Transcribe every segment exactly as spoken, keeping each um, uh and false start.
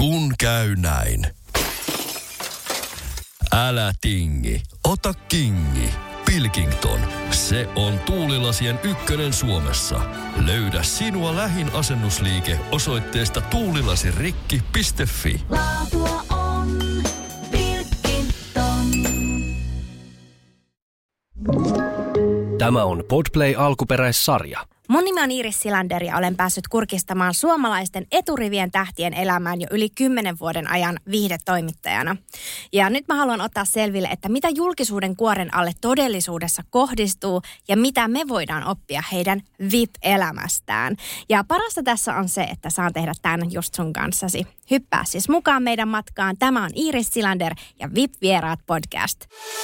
Kun käy näin. Älä tingi, ota kingi. Pilkington, se on tuulilasien ykkönen Suomessa. Löydä sinua lähin asennusliike osoitteesta tuulilasirikki piste fi. Laatua on Pilkington. Tämä on Podplay alkuperäissarja. Mun nimi on Iiris Silander ja olen päässyt kurkistamaan suomalaisten eturivien tähtien elämään jo yli kymmenen vuoden ajan viihdetoimittajana. Ja nyt mä haluan ottaa selville, että mitä julkisuuden kuoren alle todellisuudessa kohdistuu ja mitä me voidaan oppia heidän V I P-elämästään. Ja parasta tässä on se, että saan tehdä tämän just sun kanssasi. Hyppää siis mukaan meidän matkaan. Tämä on Iiris Silander ja V I P-vieraat podcast.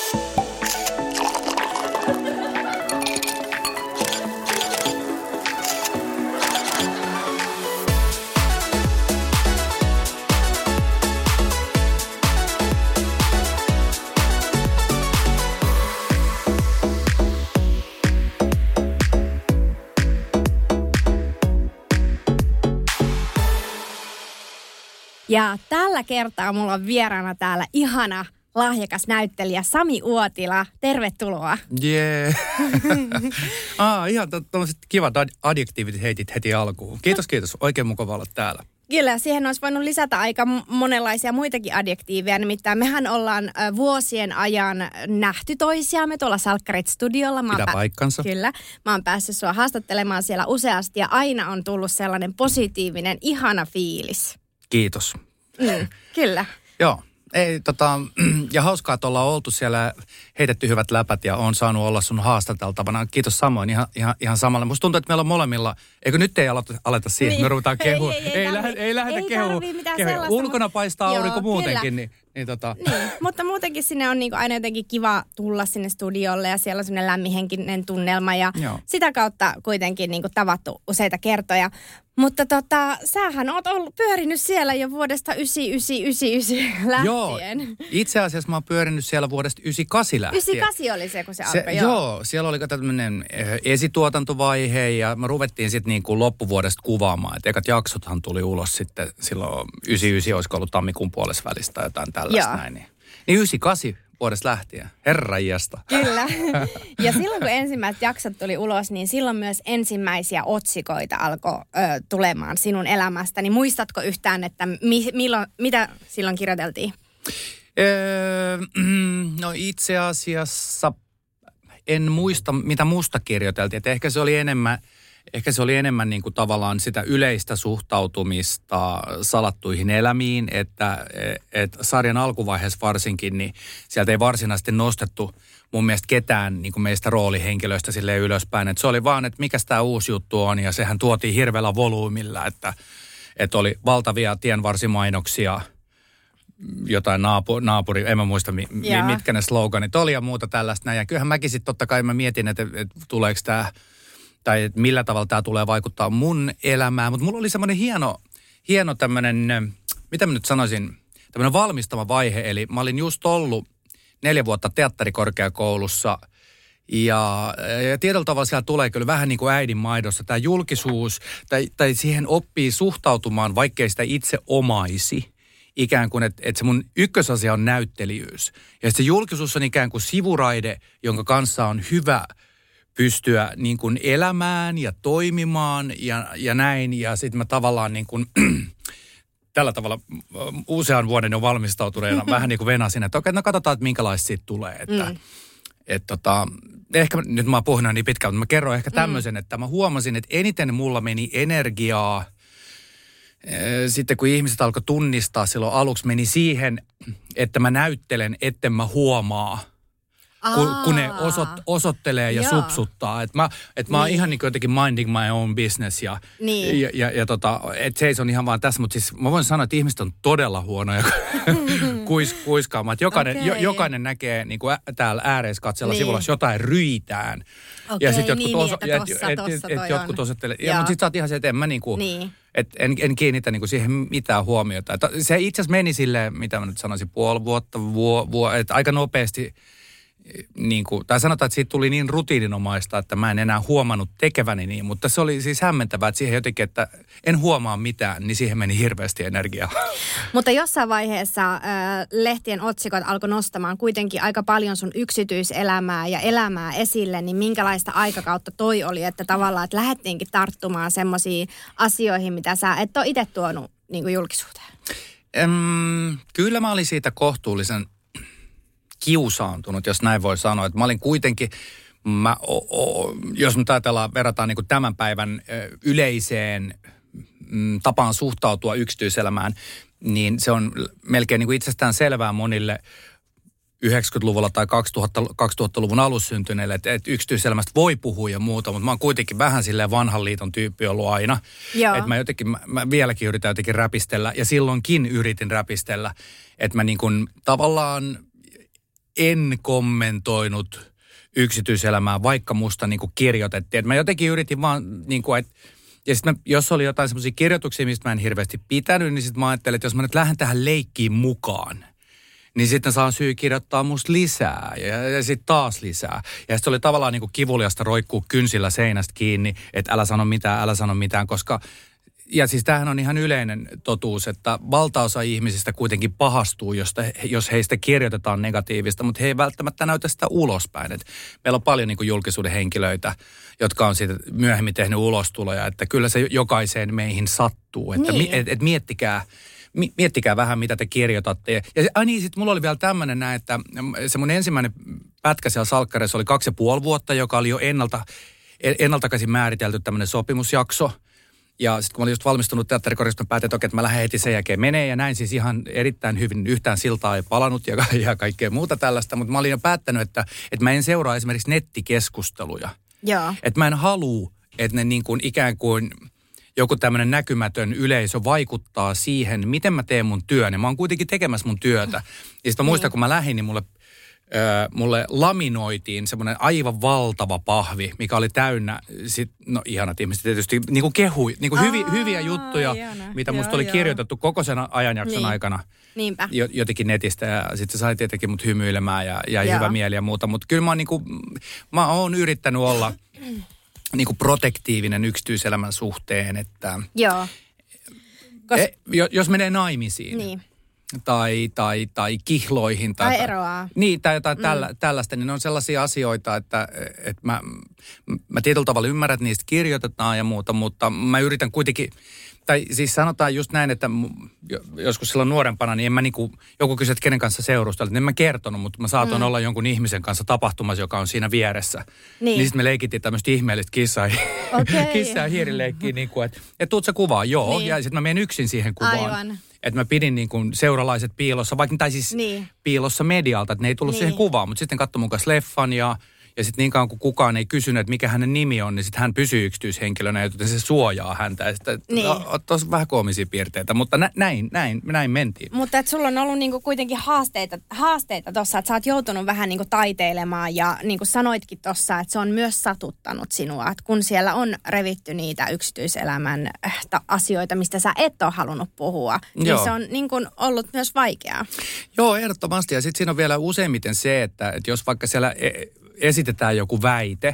Ja tällä kertaa mulla on vieraana täällä ihana, lahjakas näyttelijä Sami Uotila. Tervetuloa. Jee. Yeah. ah, ihan tuollaiset kivat adjektiivit heitit heti alkuun. Kiitos, kiitos. Oikein mukava olla täällä. Kyllä, siihen olisi voinut lisätä aika monenlaisia muitakin adjektiiveja. Nimittäin mehän ollaan vuosien ajan nähty toisiamme tuolla Salkkarit-studiolla. Pitää pä- paikkansa. Kyllä. Mä oon päässyt sua haastattelemaan siellä useasti ja aina on tullut sellainen positiivinen, ihana fiilis. Kiitos. Mm, kyllä. Joo. Ei, tota, ja hauskaa, että ollaan oltu siellä, heitetty hyvät läpät ja on saanut olla sun haastateltavana. Kiitos samoin, ihan, ihan, ihan samalla. Musta tuntuu, että meillä on molemmilla, eikö nyt ei aleta, aleta siihen, niin. Me ruvetaan kehua. Ei, ei, ei, ei, lähde, ei lähdetä ei kehua. kehu. Ulkona paistaa aurinko Joo, muutenkin, niin, niin tota. Niin, mutta muutenkin sinne on niinku aina jotenkin kiva tulla sinne studiolle ja siellä on semmoinen lämminhenkinen tunnelma ja Joo. sitä kautta kuitenkin niinku tavattu useita kertoja. Mutta tota, sähän oot ollut pyörinyt siellä jo vuodesta yhdeksänkymmentäyhdeksän yhdeksänkymmentäyhdeksän lähtien. Joo, itse asiassa mä oon pyörinyt siellä vuodesta yhdeksänkymmentäkahdeksan lähtien. yhdeksänkymmentäkahdeksan oli se, kun se, se alkoi, joo. joo. Siellä oli tämmöinen esituotantovaihe ja me ruvettiin sitten niin kuin loppuvuodesta kuvaamaan. Et ekat jaksothan tuli ulos sitten silloin yhdeksänkymmentäyhdeksän, olisiko ollut tammikuun puolessa välistä tai jotain tällaista näin. Niin, niin yhdeksänkymmentäkahdeksan vuodesta lähtien. Herranjesta. Kyllä. Ja silloin kun ensimmäiset jaksot tuli ulos, niin silloin myös ensimmäisiä otsikoita alkoi ö, tulemaan sinun elämästä. Niin muistatko yhtään, että mi, milloin, mitä silloin kirjoiteltiin? Öö, no itse asiassa en muista, mitä musta kirjoiteltiin. Että ehkä se oli enemmän... Ehkä se oli enemmän niin kuin tavallaan sitä yleistä suhtautumista salattuihin elämiin, että et sarjan alkuvaiheessa varsinkin, niin sieltä ei varsinaisesti nostettu mun mielestä ketään niin kuin meistä roolihenkilöistä silleen ylöspäin. Et se oli vaan, että mikä tämä uusi juttu on ja sehän tuotiin hirveällä volyymilla, että, että oli valtavia tienvarsimainoksia, jotain naapu, naapuri, en mä muista mi, mi, mitkä ne sloganit oli ja muuta tällaista näin. Ja kyllähän mäkin sitten totta kai mä mietin, että, että tuleeko tämä... tai että millä tavalla tämä tulee vaikuttaa mun elämään. Mutta mulla oli semmoinen hieno, hieno tämmöinen, mitä mä nyt sanoisin, tämmöinen valmistava vaihe. Eli mä olin just ollut neljä vuotta teatterikorkeakoulussa ja, ja tietyllä tavalla siellä tulee kyllä vähän niin kuin äidin maidossa tämä julkisuus, tai, tai siihen oppii suhtautumaan, vaikkei sitä itse omaisi. Ikään kuin, että, että se mun ykkösasia on näyttelijyys. Ja se julkisuus on ikään kuin sivuraide, jonka kanssa on hyvä pystyä niin kuin elämään ja toimimaan ja, ja näin. Ja sitten mä tavallaan niin kuin, tällä tavalla usean vuoden jo valmistautuneena vähän niin kuin venasin, että okei, no katsotaan, että minkälaista siitä tulee. Että, mm. et tota, ehkä nyt mä oon puhunut niin pitkään, mutta mä kerron ehkä tämmöisen, mm. että mä huomasin, että eniten mulla meni energiaa. Sitten kun ihmiset alkoi tunnistaa, silloin aluksi meni siihen, että mä näyttelen, etten mä huomaa. Kun, kun ne osot, osoittelee ja Joo. supsuttaa. Että mä, et mä niin. oon ihan niin kuin jotenkin minding my own business. Ja, niin. ja, ja, ja tota, että se on ihan vaan tässä. Mutta siis mä voin sanoa, että ihmiset on todella huonoja kuis, kuiskaamaan. Että jokainen, okay. jo, jokainen näkee niin kuin ä, täällä ääreiskatsella niin. sivulla, jos jotain ryitään. Okay, ja sitten jotkut, niin, oso, niin, että tossa, et, tossa et, et, jotkut osoittelee. Ja, mutta sitten sä oot ihan se, että en mä niin kuin, niin. et en, en kiinnitä niin kuin siihen mitään huomiota. Et se itse asiassa meni silleen, mitä mä nyt sanoisin, puoli vuotta, vuo, vuo, että aika nopeasti niin kuin, tai sanotaan, että siitä tuli niin rutiininomaista, että mä en enää huomannut tekeväni niin, mutta se oli siis hämmentävää, että siihen jotenkin, että en huomaa mitään, niin siihen meni hirveästi energiaa. Mutta jossain vaiheessa äh, lehtien otsikot alkoi nostamaan kuitenkin aika paljon sun yksityiselämää ja elämää esille, niin minkälaista aikakautta toi oli, että tavallaan, että lähdettiinkin tarttumaan semmoisiin asioihin, mitä sä et ole itse tuonut niin kuin julkisuuteen? Öm, kyllä mä olin siitä kohtuullisen kiusaantunut, jos näin voi sanoa. Että mä olin kuitenkin, mä, o, o, jos nyt ajatellaan, verrataan niin kuin tämän päivän ö, yleiseen m, tapaan suhtautua yksityiselämään, niin se on melkein niin kuin itsestään selvää monille yhdeksänkymmentäluvulla tai kaksituhattaluvun alussa syntyneille, että, että yksityiselämästä voi puhua ja muuta, mutta mä oon kuitenkin vähän silleen vanhan liiton tyyppi ollut aina. Joo. Että mä jotenkin, mä, mä vieläkin yritän jotenkin räpistellä ja silloinkin yritin räpistellä, että mä niin kuin tavallaan en kommentoinut yksityiselämää, vaikka musta niin kuin kirjoitettiin. Että mä jotenkin yritin vaan, niin kuin, että ja sitten jos oli jotain semmoisia kirjoituksia, mistä mä en hirveästi pitänyt, niin sitten mä ajattelin, että jos mä nyt lähden tähän leikkiin mukaan, niin sitten saan syy kirjoittaa musta lisää ja, ja sitten taas lisää. Ja sitten oli tavallaan niin kuin kivuliasta roikkuu kynsillä seinästä kiinni, että älä sano mitään, älä sano mitään, koska ja siis tämähän on ihan yleinen totuus, että valtaosa ihmisistä kuitenkin pahastuu, josta, jos heistä kirjoitetaan negatiivista, mutta he ei välttämättä näytä sitä ulospäin. Et meillä on paljon niin kuin julkisuuden henkilöitä, jotka on siitä myöhemmin tehnyt ulostuloja, että kyllä se jokaiseen meihin sattuu. Että niin. et, et miettikää, miettikää vähän, mitä te kirjoitatte. Ja ai niin, sitten mulla oli vielä tämmöinen näin, että se mun ensimmäinen pätkä siellä salkkareissa oli kaksi ja puoli vuotta, joka oli jo ennalta, ennaltakaisin määritelty tämmöinen sopimusjakso. Ja sitten kun mä olin just valmistunut teatterikorjasta, mä päätin, että, okei, että mä lähden heti sen jälkeen menee. Ja näin siis ihan erittäin hyvin, yhtään siltaa ei palannut ja, ja kaikkea muuta tällaista. Mutta mä olin jo päättänyt, että, että mä en seuraa esimerkiksi nettikeskusteluja. Joo. Että mä en halua, että ne niin kuin ikään kuin joku tämmöinen näkymätön yleisö vaikuttaa siihen, miten mä teen mun työn. Ja mä oon kuitenkin tekemässä mun työtä. Ja sitten muistan, kun mä lähdin, niin mulle... Öö, mulle laminoitiin semmoinen aivan valtava pahvi, mikä oli täynnä, sit, no ihanat ihmiset tietysti, niin kuin kehui, niin kuin hyvi, hyviä juttuja, ihana. Mitä musta joo, oli joo. kirjoitettu koko sen ajanjakson niin. aikana. Niinpä. Jotenkin netistä ja sitten se sai tietenkin mut hymyilemään ja, ja hyvä mieli ja muuta. Mutta kyllä mä oon, niin kuin, mä oon yrittänyt olla niin kuin protektiivinen yksityiselämän suhteen, että joo. Kos... e, jos menee naimisiin. Niin. Tai, tai, tai kihloihin. Tai, tai eroaa. Niin, tai jotain mm. tällä, tällaista. Niin ne on sellaisia asioita, että, että mä, mä tietyllä tavalla ymmärrän, että niistä kirjoitetaan ja muuta, mutta mä yritän kuitenkin, tai siis sanotaan just näin, että joskus silloin nuorempana, niin en mä niinku, joku kysyi, että kenen kanssa seurustelit, niin en mä kertonut, mutta mä saatoin mm. olla jonkun ihmisen kanssa tapahtumassa, joka on siinä vieressä. Niin, niin sitten me leikittiin tämmöistä ihmeellistä kissaa, okay. kissaa ja hiirileikkiä, niin kuin, että et tuut sä kuvaan, joo, niin. Ja sitten mä menen yksin siihen kuvaan. Aivan. Että mä pidin niin kuin seuralaiset piilossa, vaikka tai siis niin. piilossa medialta, että ne ei tullut niin. siihen kuvaan. Mutta sitten katsoi mun kanssa leffan ja, ja sitten niin kauan kuin kukaan ei kysynyt, että mikä hänen nimi on, niin sitten hän pysyy yksityishenkilönä, joten se suojaa häntä. Ja sitten niin. on vähän koomisia piirteitä, mutta nä, näin, näin, näin mentiin. Mutta että sulla on ollut niinku kuitenkin haasteita haasteita tuossa, että sä oot joutunut vähän niinku taiteilemaan ja niin kuin sanoitkin tuossa, että se on myös satuttanut sinua. Että kun siellä on revitty niitä yksityiselämän asioita, mistä sä et ole halunnut puhua, niin Joo. se on niin kuin ollut myös vaikeaa. Joo, ehdottomasti. Ja sitten siinä on vielä useimmiten se, että, että jos vaikka siellä esitetään joku väite,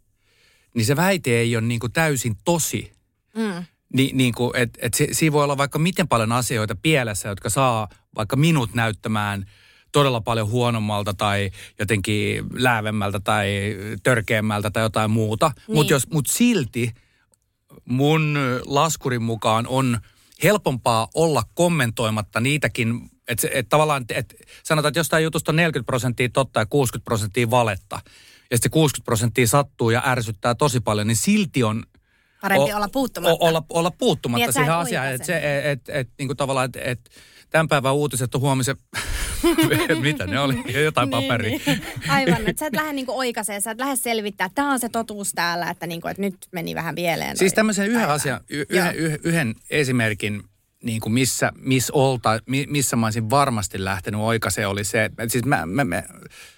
niin se väite ei ole niin kuin täysin tosi. Mm. Ni, niin kuin, et, et se, siinä voi olla vaikka miten paljon asioita pielessä, jotka saa vaikka minut näyttämään todella paljon huonommalta tai jotenkin läävemmältä tai törkeämmältä tai jotain muuta. Niin. Mutta mut silti mun laskurin mukaan on helpompaa olla kommentoimatta niitäkin, että et tavallaan, et sanotaan, että jostain jutusta on neljäkymmentä prosenttia totta ja kuusikymmentä prosenttia valetta. Ja sitten kuusikymmentä prosenttia sattuu ja ärsyttää tosi paljon, niin silti on parempi o, olla puuttumatta. O, olla, olla puuttumatta niin, siihen asiaan. Että se, et, et, niin kuin tavallaan, että et, tämän päivän uutiset on huomisen, mitä ne oli, jotain paperia. Niin, niin. Aivan, että sä et lähde niin kuin oikaiseen, sä et lähde selvittää, että tämä on se totuus täällä, että, niin kuin, että nyt meni vähän pieleen. Siis tämmöisen yhden asian, yhden, yhden, yhden esimerkin, niin kuin missä, missä, olta, missä mä olisin varmasti lähtenyt oikaiseen, oli se, että siis mä, mä, mä,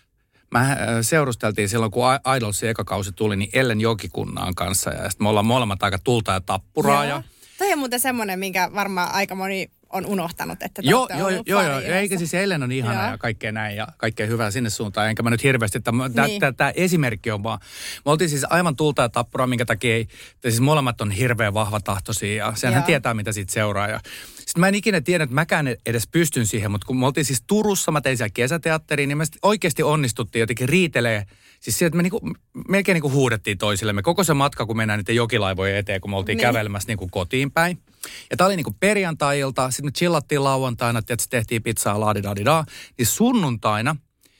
mä seurusteltiin silloin, kun Idolsin eka kausi tuli, niin Ellen Jokikunnaan kanssa, ja sitten me ollaan molemmat aika tulta ja tappuraa. Ja toi on muuten semmoinen, minkä varmaan aika moni on unohtanut, että Joo, joo, joo, joo, joo. Eikä siis eilen on ihanaa ja kaikkea näin ja kaikkea hyvää sinne suuntaan. Enkä mä nyt hirveästi, että niin. tämä esimerkki on vaan. Me oltiin siis aivan tulta ja tappuraa, minkä takia ei, siis molemmat on hirveän vahvatahtoisia ja senhän tietää, mitä siitä seuraa. Ja sitten mä en ikinä tiedä, että mäkään edes pystyn siihen, mutta kun me oltiin siis Turussa, mä tein siellä kesäteatteriin, niin me oikeasti onnistuttiin jotenkin riitelee. Siis sieltä, että me niinku, melkein niinku huudettiin toisillemme koko se matka, kun mennään niiden jokilaivojen eteen, kun me oltiin niin. kävelemässä niinku kotiin päin. Ja tää oli niinku perjantai-ilta, sitten me chillattiin lauantaina, että tehtiin pizzaa, laadidadidaa. Niin sunnuntaina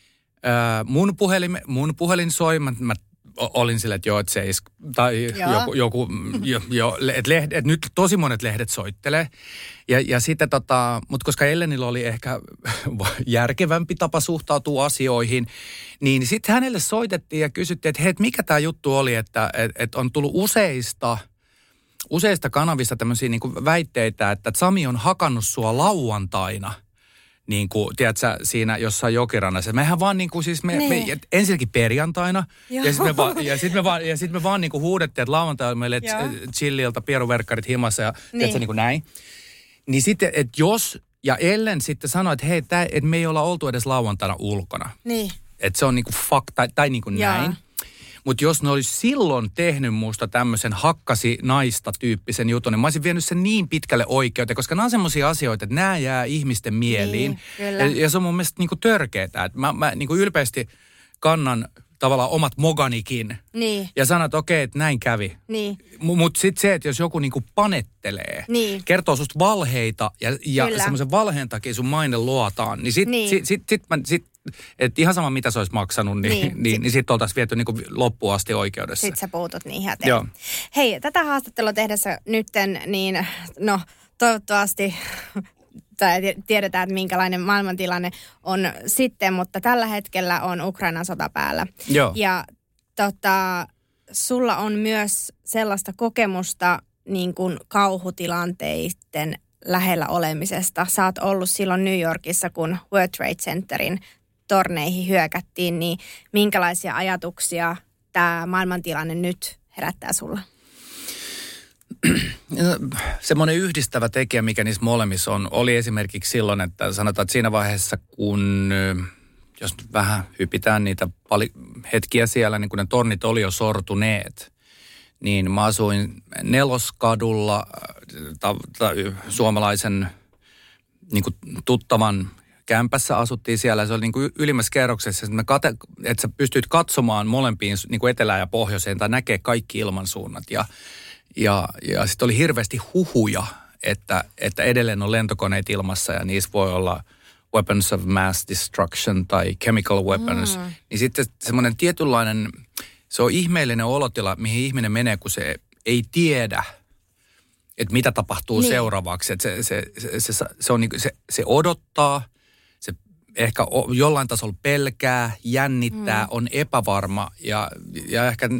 ää, mun, puhelin, mun puhelin soi, mä, mä olin silleen, että joo, että seis, tai joo. joku, joku jo, jo, että lehed, et nyt tosi monet lehdet soittelee. Ja, ja sitten tota, mutta koska Ellenillä oli ehkä järkevämpi tapa suhtautua asioihin, niin sitten hänelle soitettiin ja kysyttiin, että hei, mikä tämä juttu oli, että et, et on tullut useista, useista kanavista tämmöisiä niin kuin väitteitä, että Sami on hakannut sua lauantaina. Niin kuin, tiedätkö, siinä jossain jokirannassa. Mehän vaan niin kuin siis, me, me, ensinnäkin perjantaina, Joo. ja sitten me, va, ja sit me, va, ja sit me vaan niin kuin huudettiin, että lauantaina meille chillilta, pieruverkkarit himassa ja niin. tiedätkö, niin kuin näin. Niin sitten, että jos, ja Ellen sitten sanoi, että hei, tää, että me ei olla oltu edes lauantaina ulkona. Niin. Että se on niin kuin fakta, tai, tai niin kuin näin. Mutta jos ne olisi silloin tehnyt musta tämmöisen hakkasi naista tyyppisen jutun, niin mä olisin vienyt sen niin pitkälle oikeuteen, koska nämä on semmoisia asioita, että nämä jää ihmisten mieliin. Niin, ja, ja se on mun mielestä niinku törkeetä. Että mä mä niinku ylpeästi kannan tavallaan omat moganikin niin. ja sanon, että okei, että näin kävi. Niin. Mutta sitten se, että jos joku niinku panettelee, niin. kertoo susta valheita ja, ja semmoisen valheen takia sun maine luotaan, niin sitten niin. sit, sit, sit, sit, sit että ihan sama, mitä se olisi maksanut, niin, niin, niin, niin sitten oltaisiin viety niin kuin loppuun asti oikeudessa. Sitten sä puutut niihin ja teet. Joo. Hei, tätä haastattelua tehdessä nytten, niin no toivottavasti tai tiedetään, että minkälainen maailmantilanne on sitten, mutta tällä hetkellä on Ukrainan sota päällä. Joo. Ja tota, sulla on myös sellaista kokemusta niin kuin kauhutilanteiden lähellä olemisesta. Sä oot ollut silloin New Yorkissa, kun World Trade Centerin torneihin hyökättiin, niin minkälaisia ajatuksia tämä maailmantilanne nyt herättää sulla? Semmoinen yhdistävä tekijä, mikä niissä molemmissa on, oli esimerkiksi silloin, että sanotaan, että siinä vaiheessa, kun jos nyt vähän hypitään niitä pali- hetkiä siellä, niin kun ne tornit oli jo sortuneet, niin mä asuin Neloskadulla ta- ta- suomalaisen niin kuin tuttavan kämpässä asuttiin siellä. Se oli niin kuin ylimmässä kerroksessa, että, kate, että sä pystyt katsomaan molempiin niin kuin etelään ja pohjoiseen tai näkee kaikki ilmansuunnat. Ja, ja, ja sitten oli hirveästi huhuja, että, että edelleen on lentokoneet ilmassa ja niissä voi olla weapons of mass destruction tai chemical weapons. Mm. Niin sitten semmoinen tietynlainen, se on ihmeellinen olotila, mihin ihminen menee, kun se ei tiedä, että mitä tapahtuu niin. seuraavaksi. Että se, se, se, se, se, on niin, se, se odottaa, se ehkä jollain tasolla pelkää, jännittää, mm. on epävarma ja, ja ehkä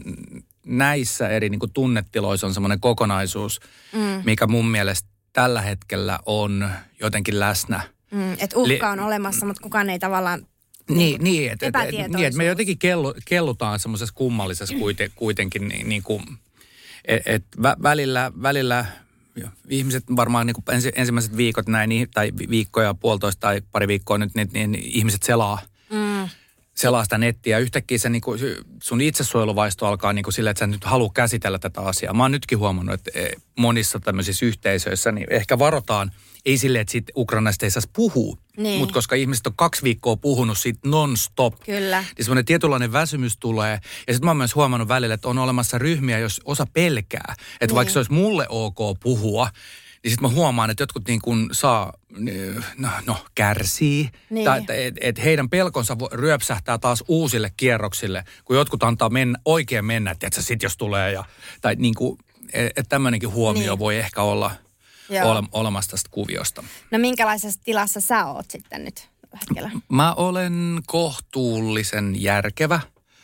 näissä eri niin kuin tunnetiloissa on semmoinen kokonaisuus, mm. mikä mun mielestä tällä hetkellä on jotenkin läsnä. Mm, että uhka on olemassa, mutta kukaan ei tavallaan niin, niin että et, et, niin, et me jotenkin kellu, kellutaan semmoisessa kummallisessa kuiten, kuitenkin niin, niin kuin, että et vä, välillä, välillä ihmiset varmaan niin kuin ensi, ensimmäiset viikot näin, tai viikkoja, puolitoista tai pari viikkoa nyt, niin, niin ihmiset selaa. Mm. selaa sitä nettiä. Yhtäkkiä se, niin kuin, sun itsesuojeluvaisto alkaa niin kuin sille, että sä nyt haluat käsitellä tätä asiaa. Mä oon nytkin huomannut, että monissa tämmöisissä yhteisöissä niin ehkä varotaan, ei silleen, että siitä Ukrainasta ei saisi puhua, niin. Mutta koska ihmiset on kaksi viikkoa puhunut siitä non-stop, Kyllä. niin semmoinen tietynlainen väsymys tulee. Ja sitten mä oon myös huomannut välillä, että on olemassa ryhmiä, jos osa pelkää. Että niin. vaikka se olisi mulle ok puhua, niin sitten mä huomaan, että jotkut niin kuin saa, no, no kärsii. Niin. Tai että et, et heidän pelkonsa ryöpsähtää taas uusille kierroksille, kun jotkut antaa mennä, oikein mennä, että sit jos tulee. Ja, tai niin kuin, että tämmöinenkin huomio niin. voi ehkä olla ole, olemassa tästä kuviosta. No minkälaisessa tilassa sä oot sitten nyt hetkellä? Mä olen kohtuullisen järkevä.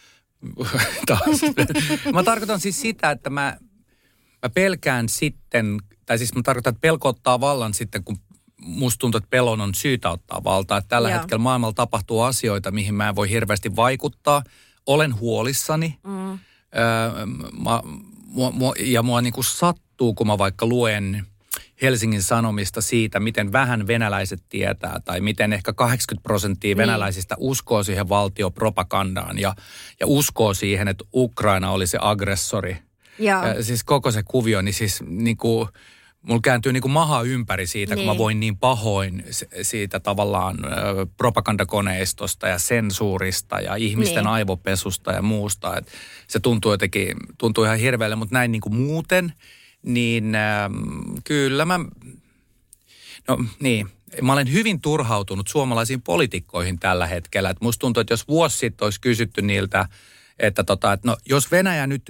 Taas. Mä tarkoitan siis sitä, että mä, mä pelkään sitten, tai siis mä tarkoitan, että pelko ottaa vallan sitten, kun musta tuntuu, että pelon on syytä ottaa valtaa. Että tällä Joo. hetkellä maailmalla tapahtuu asioita, mihin mä en voi hirveästi vaikuttaa. Olen huolissani. Mm. Öö, mä, mua, mua, ja mua niin kuin sattuu, kun mä vaikka luen Helsingin Sanomista siitä, miten vähän venäläiset tietää tai miten ehkä kahdeksankymmentä prosenttia niin. venäläisistä uskoo siihen valtiopropagandaan ja, ja uskoo siihen, että Ukraina oli se aggressori. Ja, siis koko se kuvio, niin siis niin kuin, mulla kääntyy niin kuin maha ympäri siitä, niin. kun mä voin niin pahoin siitä tavallaan ö, propagandakoneistosta ja sensuurista ja ihmisten niin. aivopesusta ja muusta. Et se tuntuu jotenkin, tuntuu ihan hirveälle, mutta näin niin kuin muuten, niin äh, kyllä mä, no niin, mä olen hyvin turhautunut suomalaisiin poliitikkoihin tällä hetkellä. Et musta tuntuu, että jos vuosi sitten olisi kysytty niiltä, että tota, et no jos Venäjä nyt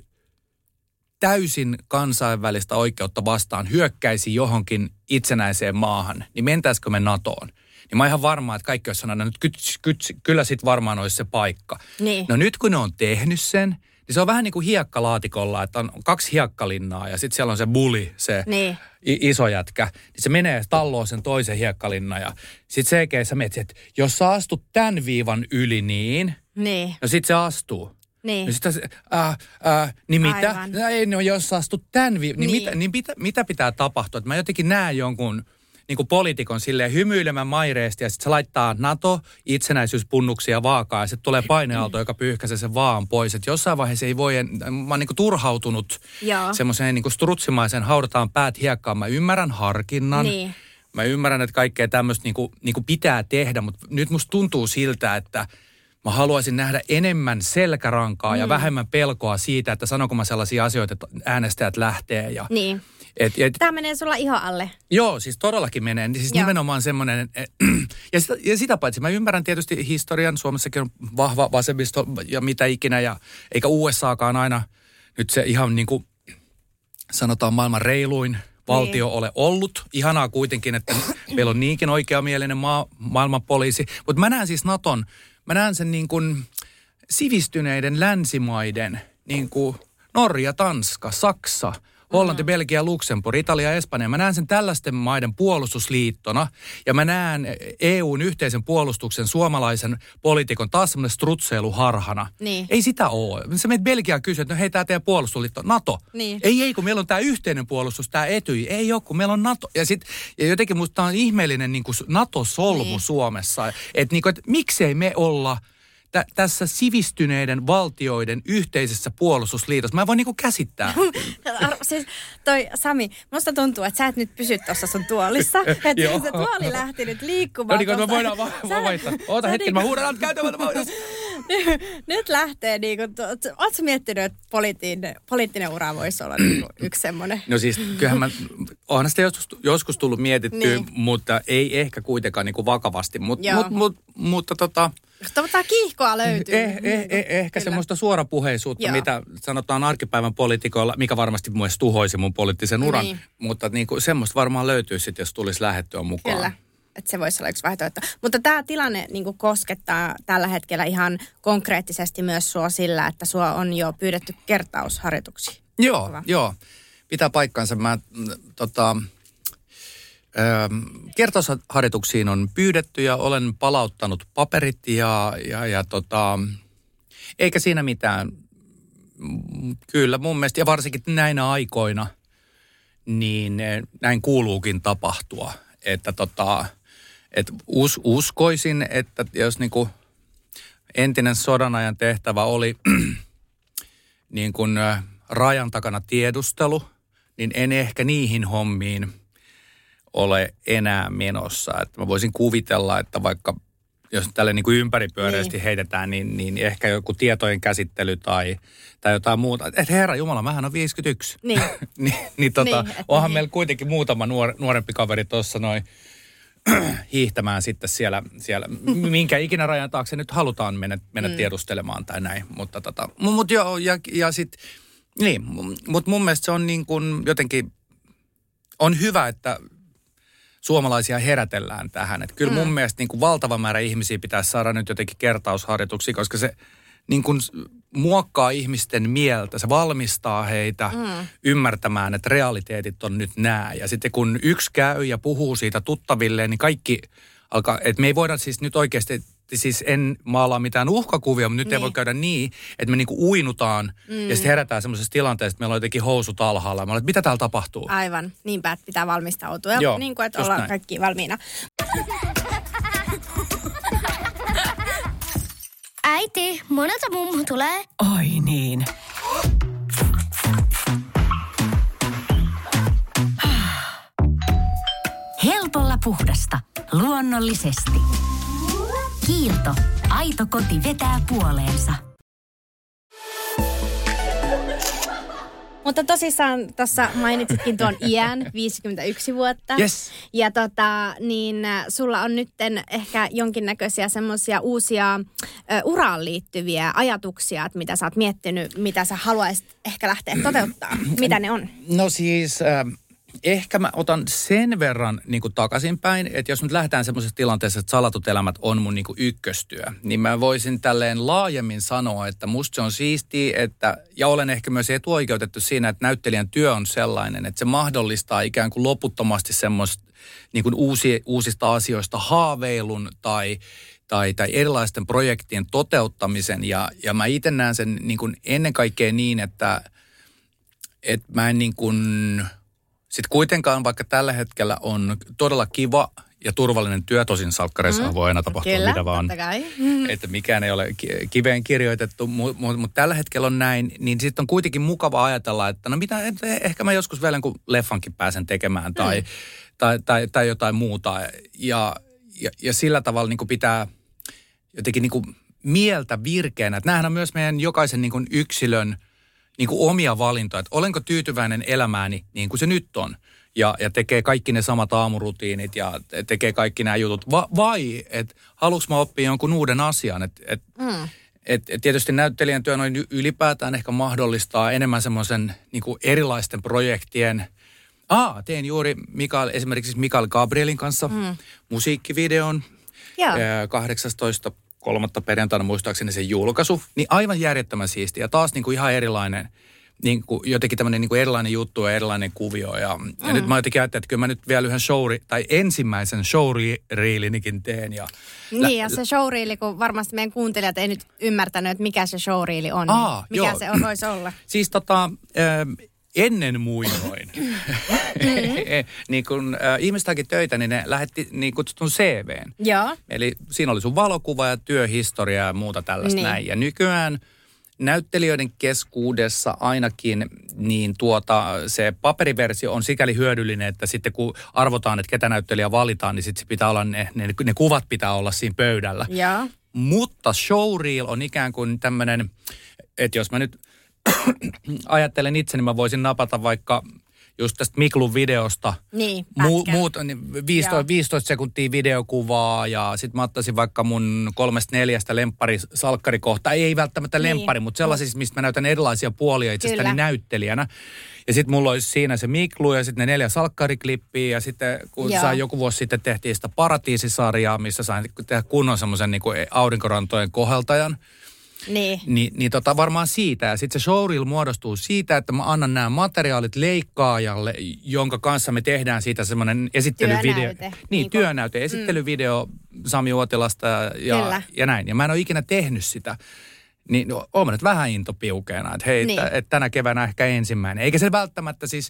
täysin kansainvälistä oikeutta vastaan hyökkäisi johonkin itsenäiseen maahan, niin mentäisikö me NATOon? Niin mä oon ihan varma, että kaikki olisi sanonut, että kyts, kyts, kyllä sit varmaan olisi se paikka. Niin. No nyt kun ne on tehnyt sen, niin se on vähän niin kuin hiekkalaatikolla, että on kaksi hiekkalinnaa ja sitten siellä on se buli, se niin. iso jätkä. Niin se menee talloo sen toisen hiekkalinnan ja sitten selkeä sä mietit, että jos sä astut tämän viivan yli niin, niin. no sit se astuu. Niin. No sitä, äh, äh, niin mitä? No ei, no jos sä astut tämän vi- niin, niin. Mitä, niin mitä, mitä pitää tapahtua? Että mä jotenkin näen jonkun niin kuin poliitikon silleen hymyilemään maireesti ja sitten se laittaa NATO itsenäisyyspunnuksia vaakaa ja sitten tulee paineaalto, joka pyyhkäisee sen vaan pois. Että jossain vaiheessa ei voi, mä oon niin kuin turhautunut semmoiseen niin kuin strutsimaisen haudataan päät hiekkaan. Mä ymmärrän harkinnan. Niin. Mä ymmärrän, että kaikkea tämmöistä niin kuin, niin kuin pitää tehdä, mutta nyt musta tuntuu siltä, että mä haluaisin nähdä enemmän selkärankaa mm. ja vähemmän pelkoa siitä, että sanonko mä sellaisia asioita, että äänestäjät lähtee. Ja, niin. et, et, Tämä menee sulla ihan alle. Joo, siis todellakin menee. Siis joo. nimenomaan semmoinen, ja sitä, ja sitä paitsi mä ymmärrän tietysti historian, Suomessakin on vahva vasemmisto ja mitä ikinä, ja eikä U S Akaan aina nyt se ihan niin kuin sanotaan maailman reiluin valtio niin. ole ollut. Ihanaa kuitenkin, että meillä on niinkin oikeamielinen maa, maailmanpoliisi. Mutta mä näen siis Naton, mä näen sen niin kuin sivistyneiden länsimaiden, niin kuin Norja, Tanska, Saksa, Hollanti, mm. Belgia, Luxemburg, Italia, Espanja. Mä näen sen tällaisten maiden puolustusliittona ja mä näen E U:n yhteisen puolustuksen suomalaisen poliitikon taas semmoinen strutseiluharhana. Niin. Ei sitä ole. Sä menet Belgiaan kysyä, että no hei, tää teidän puolustusliitto, NATO. Niin. Ei, ei, kun meillä on tää yhteinen puolustus, tää Etyj. Ei ole, kun meillä on NATO. Ja, sit, ja jotenkin musta on ihmeellinen niin kuin NATO-solmu niin. Suomessa. Että niin et, miksei me olla tä, tässä sivistyneiden valtioiden yhteisessä puolustusliitossa. Mä en voi niinku käsittää. Siis toi Sami, musta tuntuu, että sä et nyt pysy tuossa sun tuolissa. Että se tuoli lähti nyt liikkumaan. No niin, me voidaan vaan vaihtaa. Oota hetken, mä huudan käytävältä. Nyt lähtee niinku, ootko miettinyt, että poliittinen, poliittinen ura voisi olla niinku yksi semmoinen? No siis kyllähän mä, onhan sitä joskus, joskus tullut mietittyä, niin. mutta ei ehkä kuitenkaan niinku vakavasti. Mut, mut, mut, mutta tota... Mutta kiihkoa löytyy. Eh, eh, eh, ehkä semmoista suorapuheisuutta, joo. mitä sanotaan arkipäivän poliitikoilla, mikä varmasti myös tuhoisi mun poliittisen uran. Niin. Mutta niinku, semmoista varmaan löytyy sitten, jos tulisi lähettyä mukaan. Kyllä, että se voisi olla yksi vaihtoehto. Mutta tämä tilanne niinku koskettaa tällä hetkellä ihan konkreettisesti myös sua sillä, että sua on jo pyydetty kertausharjoituksiin. Joo, Kova. joo. Pitää paikkansa. Mä tota... Kertausharjoituksiin on pyydetty ja olen palauttanut paperit ja, ja, ja tota, eikä siinä mitään. Kyllä mun mielestä, ja varsinkin näinä aikoina, niin näin kuuluukin tapahtua. Että tota, et us, uskoisin, että jos niinku entinen sodanajan tehtävä oli niin kuin rajan takana tiedustelu, niin en ehkä niihin hommiin ole enää menossa. Että mä voisin kuvitella, että vaikka jos tälle niin kuin ympäripyöreästi niin. heitetään, niin, niin ehkä joku tietojen käsittely tai, tai jotain muuta. Että herra Jumala, mähän on viisikymmentäyksi. Niin. niin, niin tota, niin, onhan niin. meillä kuitenkin muutama nuor, nuorempi kaveri tuossa noin hiihtämään sitten siellä, siellä minkä ikinä rajan taakse nyt halutaan mennä, mennä mm. tiedustelemaan tai näin. Mutta tota, mut joo, ja, ja sitten, niin, mutta mun mielestä se on niin kuin jotenkin, on hyvä, että suomalaisia herätellään tähän. Että kyllä mun mm. mielestä niin kuin valtava määrä ihmisiä pitäisi saada nyt jotenkin kertausharjoituksia, koska se niin kuin muokkaa ihmisten mieltä. Se valmistaa heitä mm. ymmärtämään, että realiteetit on nyt nää. Ja sitten kun yksi käy ja puhuu siitä tuttavilleen, niin kaikki alkaa, että me ei voida siis nyt oikeasti siis en maalaa mitään uhkakuvia, mutta nyt niin. ei voi käydä niin, että me niinku uinutaan mm. ja sitten herätään semmoisessa tilanteessa, että meillä on jotenkin housut alhaalla. Ja mä olen, että mitä täällä tapahtuu? Aivan, niinpä, että pitää valmistautua ja Joo, niin kuin, että ollaan näin. kaikki valmiina. Äiti, monelta mummu tulee? Oi niin. Helpolla puhdasta. Luonnollisesti. Kiilto. Aito koti vetää puoleensa. Mutta tosissaan tuossa mainitsitkin tuon iän, viisikymmentäyksi vuotta. Yes. Ja tota, niin äh, sulla on nytten ehkä jonkinnäköisiä semmoisia uusia ö, uraan liittyviä ajatuksia, että mitä sä oot miettinyt, mitä sä haluaisit ehkä lähteä toteuttaa. Mitä ne on? No siis... Äh... Ehkä mä otan sen verran niin kuin takaisinpäin, että jos nyt lähdetään semmoisessa tilanteessa, että salatut elämät on mun niin kuin ykköstyö, niin mä voisin tälleen laajemmin sanoa, että musta se on siistiä, että, ja olen ehkä myös etuoikeutettu siinä, että näyttelijän työ on sellainen, että se mahdollistaa ikään kuin loputtomasti semmoista niin kuin uusi, uusista asioista haaveilun tai, tai, tai erilaisten projektien toteuttamisen, ja, ja mä itse näen sen niin kuin ennen kaikkea niin, että, että mä en niin kuin... Sitten kuitenkaan, vaikka tällä hetkellä on todella kiva ja turvallinen työ, tosin salkkareissa mm. voi aina tapahtua Kyllä, mitä vaan, mm. että mikään ei ole kiveen kirjoitettu, mutta mut, mut tällä hetkellä on näin, niin sitten on kuitenkin mukava ajatella, että no mitä, et, ehkä mä joskus vielä kun leffankin pääsen tekemään tai, mm. tai, tai, tai jotain muuta. Ja, ja, ja sillä tavalla niin kuin pitää jotenkin niin kuin mieltä virkeänä, että näähän on myös meidän jokaisen niin kuin yksilön niin kuin omia valintoja, että olenko tyytyväinen elämääni niin kuin se nyt on. Ja, ja tekee kaikki ne samat aamurutiinit ja tekee kaikki nämä jutut. Va, vai, että haluanko mä oppia jonkun uuden asian. Että et, mm. et, et tietysti näyttelijän työ noin ylipäätään ehkä mahdollistaa enemmän semmoisen niin kuin erilaisten projektien. Aa, tein juuri Mikael, esimerkiksi Mikael Gabrielin kanssa mm. musiikkivideon. kahdeksastoista kolmatta perjantaina muistaakseni sen julkaisu, niin aivan järjettömän siistiä. Ja taas niin kuin ihan erilainen, niin kuin jotenkin tämmöinen niin kuin erilainen juttu ja erilainen kuvio. Ja, mm. ja nyt mä jotenkin ajattelin, että kyllä mä nyt vielä yhden showri, tai ensimmäisen showreelinikin teen. Ja niin lä- ja se showreeli, kun varmasti meidän kuuntelijat ei nyt ymmärtänyt, että mikä se showreeli on. Aa, niin mikä joo. se on, voisi olla? Siis tota... Äh, ennen muinoin, mm-hmm. niin kun äh, ihmiset haki töitä, niin ne lähetti niin kutsutun C V:n. Joo. Eli siinä oli sun valokuva ja työhistoria ja muuta tällaista niin. näin. Ja nykyään näyttelijöiden keskuudessa ainakin niin tuota, se paperiversio on sikäli hyödyllinen, että sitten kun arvotaan, että ketä näyttelijä valitaan, niin sitten se pitää olla ne, ne, ne kuvat pitää olla siinä pöydällä. Joo. Mutta showreel on ikään kuin tämmöinen, että jos mä nyt ajattelen itse, niin mä voisin napata vaikka just tästä Miklun videosta niin, mu- muut, viisitoista, viisitoista sekuntia videokuvaa ja sitten mä ottaisin vaikka mun kolmesta neljästä lemppari-salkkarikohtaa. Ei välttämättä niin. lemppari, mutta sellaisista, mistä mä näytän erilaisia puolia itsestäni Kyllä. näyttelijänä. Ja sitten mulla olisi siinä se Miklu ja sitten ne neljä salkkariklippiä ja sitten kun sain joku vuosi sitten tehtiin sitä Paratiisisarjaa, missä sain tehdä kunnon semmoisen niin kuin aurinkorantojen koheltajan. Niin. Ni, niin tota varmaan siitä. Ja sitten se showreel muodostuu siitä, että mä annan nämä materiaalit leikkaajalle, jonka kanssa me tehdään siitä semmoinen esittelyvideo. Työnäyte. Niin, niin työnäyte. Esittelyvideo mm. Sami Uotilasta ja, ja näin. Ja mä en ole ikinä tehnyt sitä. Niin no, oon mä nyt vähän intopiukeena, että hei, niin. että et tänä keväänä ehkä ensimmäinen. Eikä se välttämättä siis...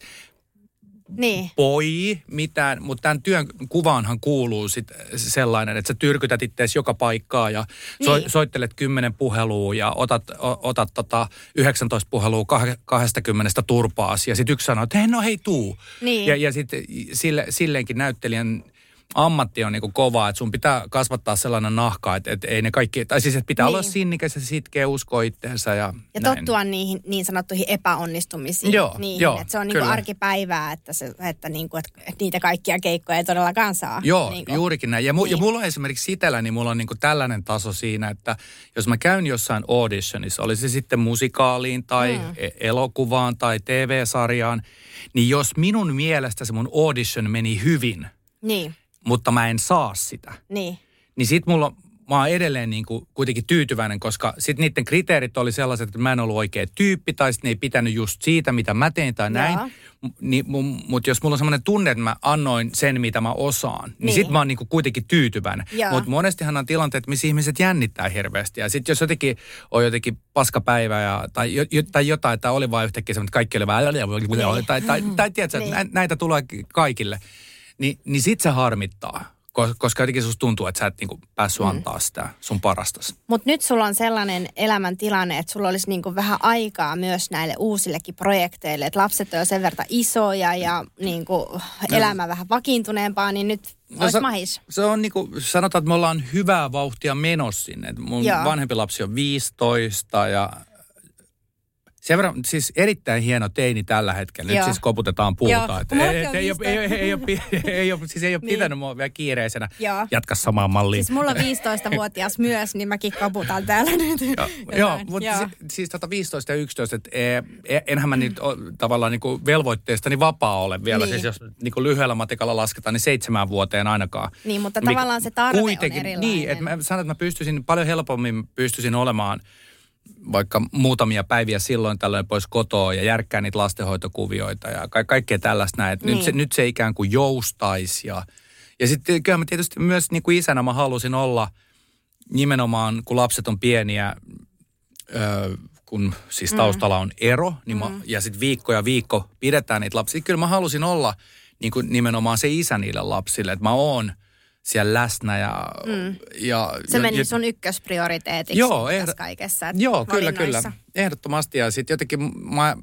Niin. Poi mitään, mutta tämän työn kuvaanhan kuuluu sit sellainen, että sä tyrkytät itseäsi joka paikkaa ja niin. so, soittelet kymmenen puhelua ja otat, o, otat tota yhdeksäntoista puhelua kaksikymmentä turpaasi ja sitten yksi sanoo, että hei no hei tuu. Niin. Ja, ja sitten sille, silleenkin näyttelijän ammatti on niinku kova, että sun pitää kasvattaa sellainen nahka, että, että ei ne kaikki, tai siis että pitää niin. olla sinnikäs ja sitkeä, usko itteensä ja Ja näin. tottua niihin niin sanottuihin epäonnistumisiin. Joo, niihin, joo, että se on niinku arkipäivää, että, se, että, niinku, että niitä kaikkia keikkoja ei todellakaan saa. Joo, niinku. juurikin näin. Ja, mu, niin. ja mulla on esimerkiksi itselläni, mulla on niinku tällainen taso siinä, että jos mä käyn jossain auditionissa, oli se sitten musikaaliin tai mm. elokuvaan tai T V-sarjaan, niin jos minun mielestä se mun audition meni hyvin, niin. mutta mä en saa sitä, niin, niin sit mulla mä oon edelleen niin kuin kuitenkin tyytyväinen, koska sitten niiden kriteerit oli sellaiset, että mä en ollut oikea tyyppi tai sitten ne ei pitänyt just siitä, mitä mä tein tai näin. Niin, mutta jos mulla on semmoinen tunne, että mä annoin sen, mitä mä osaan, niin, niin. sitten mä oon niin kuin kuitenkin tyytyväinen. Mutta monestihan on tilanteet, missä ihmiset jännittää hirveästi. Ja sitten jos jotenkin on jotenkin paskapäivä ja, tai, jo, tai jotain, tai oli vaan yhtäkkiä semmoinen, että kaikki oli vähän, niin. tai, tai, tai tiedätkö, niin. että näitä tulee kaikille, niin, niin sit se harmittaa. Koska jotenkin susta tuntuu, että sä et niinku päässyt antaa sitä sun parastas. Mutta nyt sulla on sellainen elämäntilanne, että sulla olisi niinku vähän aikaa myös näille uusillekin projekteille. Että lapset on jo sen verran isoja ja niinku elämä no. vähän vakiintuneempaa, niin nyt no, olisi mahis. Se on niinku, sanotaan, että me ollaan hyvää vauhtia menossa sinne. Mun Joo. vanhempi lapsi on viisitoista ja... Sen verran, siis erittäin hieno teini tällä hetkellä. Nyt Joo. siis koputetaan puuta. Että ei, ei, ei, ole, ei, ei, ei, ei, ole, siis ei ole niin. pitänyt mua vielä kiireisenä Joo. jatka samaan malliin. Siis mulla on viisitoistavuotias myös, niin mäkin koputan täällä nyt. Joo, Joo mutta Joo. siis, siis tota viisitoista ja yksitoista, että enhän mä nyt tavallaan niinku velvoitteestani vapaa ole vielä. Niin. Siis jos niinku lyhyellä matikalla lasketaan, niin seitsemän vuoteen ainakaan. Niin, mutta Mik, tavallaan se tarve on erilainen. Niin, että mä sanon, että mä pystyisin, paljon helpommin pystyisin olemaan vaikka muutamia päiviä silloin tällöin pois kotoa ja järkkää niitä lastenhoitokuvioita ja ka- kaikkea tällaista näin. Niin. Nyt, se, nyt se ikään kuin joustaisi. Ja, ja sitten kyllä mä tietysti myös niin kuin isänä mä halusin olla nimenomaan, kun lapset on pieniä, ö, kun siis taustalla on ero, niin mä, mm. ja sitten viikko ja viikko pidetään niitä lapsia. Kyllä mä halusin olla niin kuin nimenomaan se isä niille lapsille, että mä oon siellä läsnä ja... Mm. ja se meni ja, sun ykkösprioriteetiksi joo, ehdo, tässä kaikessa. Joo, kyllä, kyllä. Ehdottomasti. Ja sitten jotenkin mä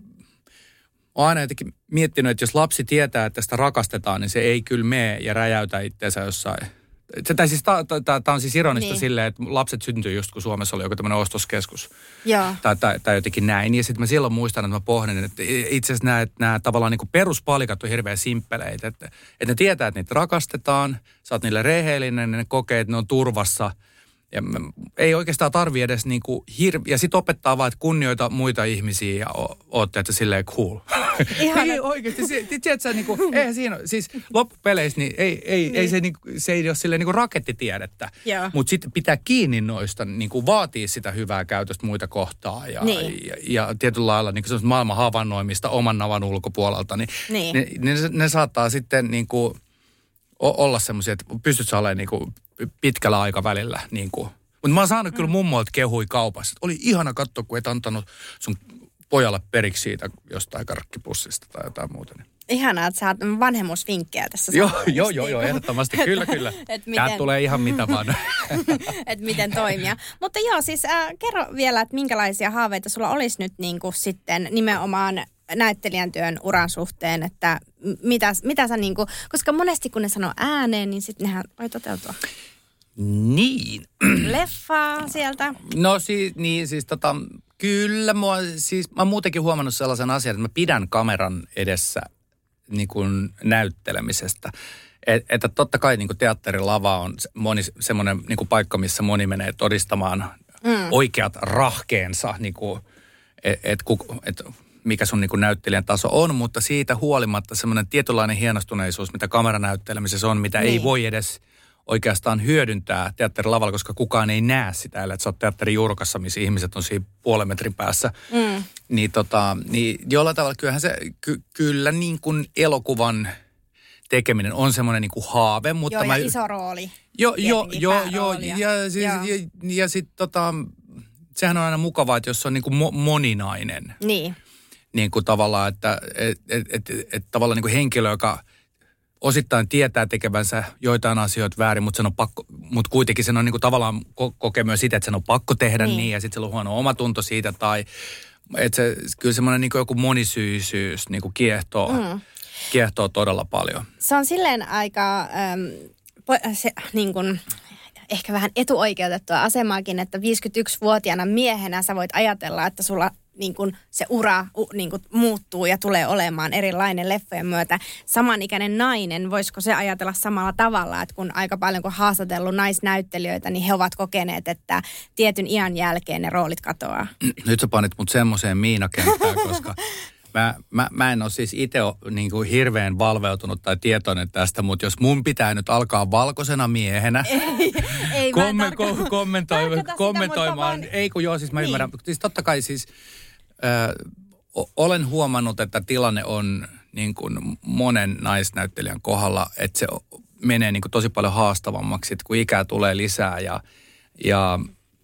oon aina jotenkin miettinyt, että jos lapsi tietää, että sitä rakastetaan, niin se ei kyllä mene ja räjäytä itseensä jossain. Tämä siis, on siis ironista niin. silleen, että lapset syntyy just kun Suomessa oli joku tämmöinen ostoskeskus. Joo. Tai, tai, tai jotenkin näin. Ja sitten mä silloin muistan, että mä pohdin, että itse asiassa nämä, nämä tavallaan niin kuin peruspalikat on hirveän simppeleitä. Että, että ne tietää, että niitä rakastetaan, sä oot niille rehellinen, ne kokee, että ne on turvassa. Ja ei oikeastaan tarvi edes niin kuin hirveä. Ja sitten opettaa vaan, että kunnioita muita ihmisiä ja ootte, että silleen cool. Ihan ei oikeasti. Se, tiedätkö, niin kuin, eihän siinä, siis loppupeleissä niin ei, ei, niin. ei se, niin, se ei ole silleen niin kuin rakettitiedettä. Mutta sitten pitää kiinni noista, niin kuin vaatii sitä hyvää käytöstä muita kohtaan. Ja, niin. ja, ja tietyllä lailla niin kuin maailman havainnoimista oman navan ulkopuolelta. Niin, niin. Ne, ne, ne saattaa sitten niin kuin olla semmoisia, että pystyt sä olemaan niin kuin pitkällä aikavälillä. Niin kuin. Mutta mä oon saanut mm. kyllä mummoilta kehui kaupassa. Oli ihana katsoa, kun et antanut sun pojalle periksi siitä jostain karkkipussista tai jotain muuta. Ihanaa, että sä oot vanhemmuusvinkkejä tässä. Joo, joo, joo, joo, ehdottomasti. Kyllä, kyllä. Täältä tulee ihan mitä vaan. Että miten toimia. Mutta joo, siis äh, kerro vielä, että minkälaisia haaveita sulla olisi nyt niin kuin sitten nimenomaan näyttelijän työn uran suhteen, että mitä, mitä sä niin kuin, koska monesti kun ne sanoo ääneen, niin sitten nehän voi toteutua. Niin. Leffaa sieltä. No siis, niin siis tota, kyllä mua, siis mä oon muutenkin huomannut sellaisen asian, että mä pidän kameran edessä niin kuin näyttelemisestä. Et, että totta kai niin kuin teatterilava on moni, semmoinen niin kuin paikka, missä moni menee todistamaan mm. oikeat rahkeensa, niin kuin, et, et, et, mikä sun niin kuin näyttelijän taso on, mutta siitä huolimatta semmoinen tietynlainen hienostuneisuus, mitä kameranäyttelemisessä on, mitä niin. ei voi edes oikeastaan hyödyntää teatterilavalla, koska kukaan ei näe sitä, että sä oot teatterijurkassa, missä ihmiset on siinä puolen metrin päässä. Mm. Niin, tota, niin jollain tavalla kyllähän se, ky, kyllä niin kuin elokuvan tekeminen on semmoinen niin kuin haave. Mutta joo, mä, ja iso rooli. Joo, joo, joo, joo. Ja, siis, ja, ja, ja sitten tota, sehän on aina mukavaa, että jos se on niin kuin mo, moninainen. Niin. Niin kuin tavallaan, että et, et, et, et, et, tavallaan niin kuin henkilö, joka osittain tietää tekevänsä joitain asioita väärin, mutta, sen on pakko, mutta kuitenkin sen on niin kuin tavallaan ko- kokee myös sitä, että sen on pakko tehdä niin, niin ja sitten sillä on huono omatunto siitä. Tai että se, kyllä semmoinen niin kuin joku monisyisyys niin kuin kiehtoo, mm. kiehtoo todella paljon. Se on silleen aika ähm, se, niin kuin, ehkä vähän etuoikeutettua asemaakin, että viisikymmentäyksivuotiaana miehenä sä voit ajatella, että sulla niin kuin se ura niin kuin muuttuu ja tulee olemaan erilainen leffojen myötä. Samanikäinen nainen, voisiko se ajatella samalla tavalla, että kun aika paljon kun haastatellut naisnäyttelijöitä, niin he ovat kokeneet, että tietyn iän jälkeen ne roolit katoaa. Nyt sä panit mut semmoiseen miinakenttään, koska mä, mä, mä en ole siis itse niin kuin hirveän valveutunut tai tietoinen tästä, mutta jos mun pitää nyt alkaa valkoisena miehenä Ei, ei komme, mä tarko- kommentoi, kommentoimaan, vaan... ei kun joo, siis mä niin. ymmärrän. Siis totta kai siis ö, olen huomannut, että tilanne on niin kuin monen naisnäyttelijän kohdalla, että se menee niin kuin tosi paljon haastavammaksi, kun ikää tulee lisää ja, ja,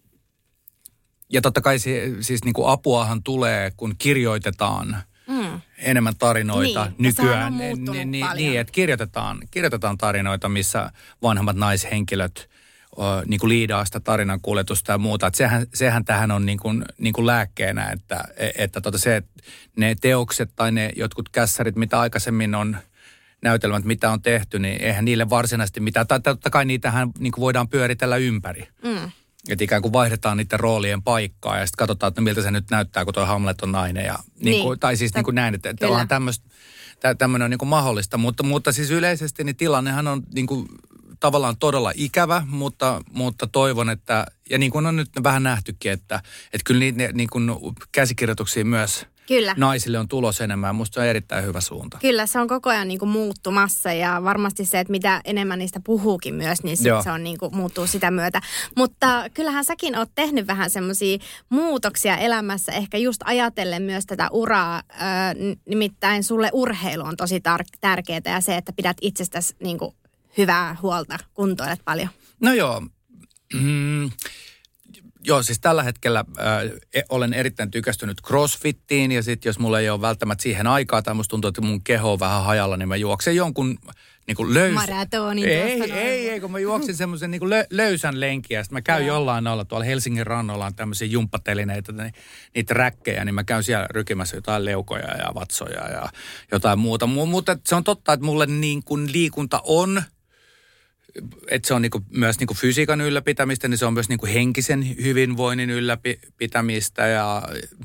ja totta kai si, siis niin kuin apuahan tulee, kun kirjoitetaan mm. enemmän tarinoita niin, nykyään. Niin, niin, niin, että kirjoitetaan, kirjoitetaan tarinoita, missä vanhemmat naishenkilöt o, niin kuin liidaa sitä tarinan kuljetusta ja muuta. Että sehän, sehän tähän on niin kuin, niin kuin lääkkeenä, että, että tota se, että ne teokset tai ne jotkut kässärit, mitä aikaisemmin on näytelmät, mitä on tehty, niin eihän niille varsinaisesti mitään. Tai totta kai niitähän niin kuin voidaan pyöritellä ympäri. Mm. Että ikään kuin vaihdetaan niiden roolien paikkaa ja sitten katsotaan, että miltä se nyt näyttää, kun tuo Hamlet on nainen. Ja, niin kuin, niin. Tai siis niin kuin näin, että, että onhan tämmöinen on niin kuin mahdollista. Mutta, mutta siis yleisesti niin tilannehan on niin kuin tavallaan todella ikävä, mutta, mutta toivon, että, ja niin kuin on nyt vähän nähtykin, että, että kyllä niitä niin kuin käsikirjoituksia myös Kyllä. naisille on tulos enemmän. Musta se on erittäin hyvä suunta. Kyllä, se on koko ajan niin kuin muuttumassa ja varmasti se, että mitä enemmän niistä puhuukin myös, niin sit se on niin kuin, muuttuu sitä myötä. Mutta kyllähän säkin oot tehnyt vähän semmoisia muutoksia elämässä, ehkä just ajatellen myös tätä uraa. Äh, nimittäin sulle urheilu on tosi tar- tärkeää ja se, että pidät itsestäsi niin kuin hyvää huolta, kuntoilet paljon. No joo. Mm. Joo, siis tällä hetkellä äh, olen erittäin tykästynyt crossfittiin ja sitten jos mulla ei ole välttämättä siihen aikaa tai musta tuntuu, että mun keho on vähän hajalla, niin mä juoksen jonkun niin kuin löys... Maratonin ei, ei, ei, ei, kun mä juoksin semmoisen niin kuin lö, löysän lenkiä. Sitten mä käyn Joo. jollain alla tuolla Helsingin rannoilla on tämmöisiä jumppatelineitä, niin, niitä räkkejä, niin mä käyn siellä rykimässä jotain leukoja ja vatsoja ja jotain muuta. Mutta se on totta, että mulle niin kuin liikunta on... Että se on niinku myös niinku fysiikan ylläpitämistä, niin se on myös niinku henkisen hyvinvoinnin ylläpitämistä. Ja,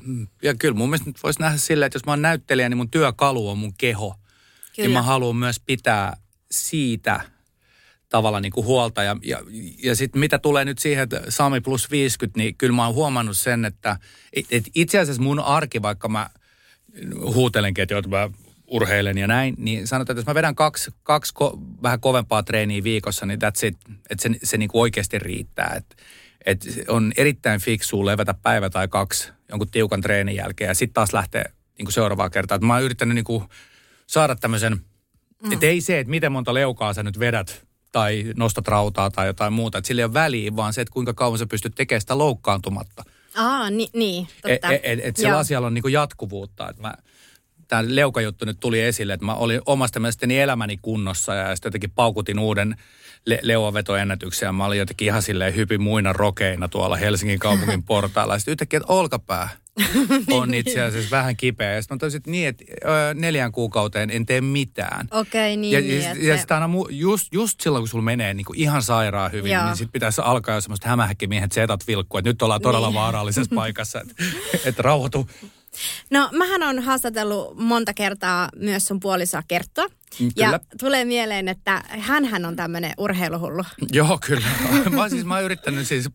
ja kyllä mun mielestä nyt voisi nähdä silleen, että jos mä oon näyttelijä, niin mun työkalu on mun keho. Kyllä. Niin mä haluan myös pitää siitä tavalla niinku huolta. Ja, ja, ja sitten mitä tulee nyt siihen, että Sami plus viisikymmentä, niin kyllä mä oon huomannut sen, että et itse asiassa mun arki, vaikka mä huutelenkin, että joo, mä urheilen ja näin, niin sanotaan, että jos mä vedän kaksi, kaksi ko, vähän kovempaa treeniä viikossa, niin that's it, että se, se niinku oikeasti riittää. Että et on erittäin fiksua levätä päivä tai kaksi jonkun tiukan treenin jälkeen ja sitten taas lähtee niinku seuraavaa kertaa. Et mä oon yrittänyt niinku saada tämmöisen, mm. että ei se, että miten monta leukaa sä nyt vedät tai nostat rautaa tai jotain muuta, että sillä ei ole väliä, vaan se, että kuinka kauan sä pystyt tekemään sitä loukkaantumatta. Aa, ni, niin, totta. Että et, et sillä asialla on niinku jatkuvuutta, että mä... Tämä leukajuttu nyt tuli esille, että mä olin omasta mielestäni elämäni kunnossa ja sitten jotenkin paukutin uuden le- leuavetoennätyksen ja mä olin jotenkin ihan silleen hypin muina rokeina tuolla Helsingin kaupungin portailla. Ja sitten yhtäkkiä, että olkapää on itse asiassa vähän kipeä. Ja sitten mä toisin, että niin, että ö, neljän kuukauteen en tee mitään. Okei, niin. Ja, niin, ja, että ja se... sitten aina mu- just, just silloin, kun sulla menee niin kuin ihan sairaan hyvin, Joo. niin sitten pitäisi alkaa jo semmoista hämähäkkimiehen zetat vilkkua, että nyt ollaan todella niin. vaarallisessa paikassa, että et rauhoitu. No, mähän on haastatellut monta kertaa myös sun puolisoa Kerttua. Kyllä. Ja tulee mieleen, että hänhän on tämmöinen urheiluhullu. Joo, kyllä. Mä, siis, mä oon yrittänyt siis...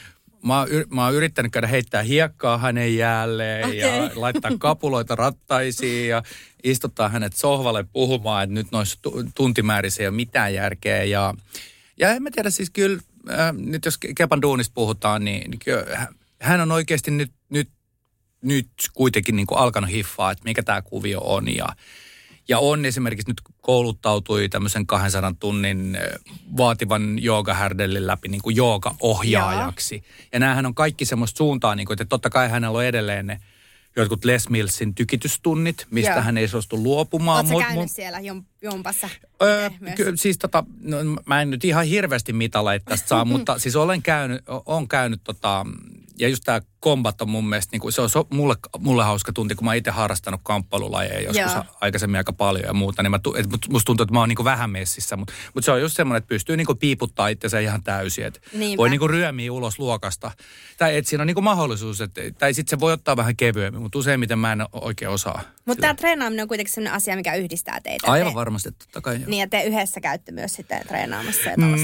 Mä oon, mä oon yrittänyt käydä heittää hiekkaa hänen jäälleen okay. ja laittaa kapuloita rattaisiin ja istuttaa hänet sohvalle puhumaan, että nyt noissa tuntimäärissä ei ole mitään järkeä. Ja, ja en mä tiedä, siis kyllä, äh, nyt jos Kepan duunista puhutaan, niin, niin kyllä, hän on oikeasti nyt, nyt, nyt kuitenkin niin kuin alkanut hiffaa, että mikä tämä kuvio on. Ja, ja on esimerkiksi nyt kouluttautui tämmöisen kahdensadan tunnin vaativan joogahärdellin läpi niin kuin joogaohjaajaksi. Jaa. Ja näähän on kaikki semmoista suuntaa, niin kuin, että totta kai hänellä on edelleen ne jotkut Les Millsin tykitystunnit, mistä Joo. hän ei suostu luopumaan. Oletko sä käynyt siellä jumpassa? Öö, ky- siis tota, no, mä en nyt ihan hirveästi mitaleita tästä saa, mutta siis olen käynyt, olen käynyt tota, ja just tää kombat on mun mielestä, niin kuin, se on so, mulle, mulle hauska tunti, kun mä oon itse harrastanut kamppailulajeja joskus Joo. aikaisemmin aika paljon ja muuta, niin mä, et, musta tuntuu, että mä oon niin kuin vähän messissä, mutta, mutta se on just semmoinen, että pystyy niin kuin piiputtaa itsensä ihan täysin, että voi niin kuin ryömiä ulos luokasta. Tai että siinä on niin kuin mahdollisuus, että, tai sitten se voi ottaa vähän kevyemmin, mutta useimmiten mä en oikein osaa. Mutta tämä treenaaminen on kuitenkin sellainen asia, mikä yhdistää teitä. Aivan te, varmasti, totta kai. Niin, ja te yhdessä käytte myös sitten treenaamassa ja no,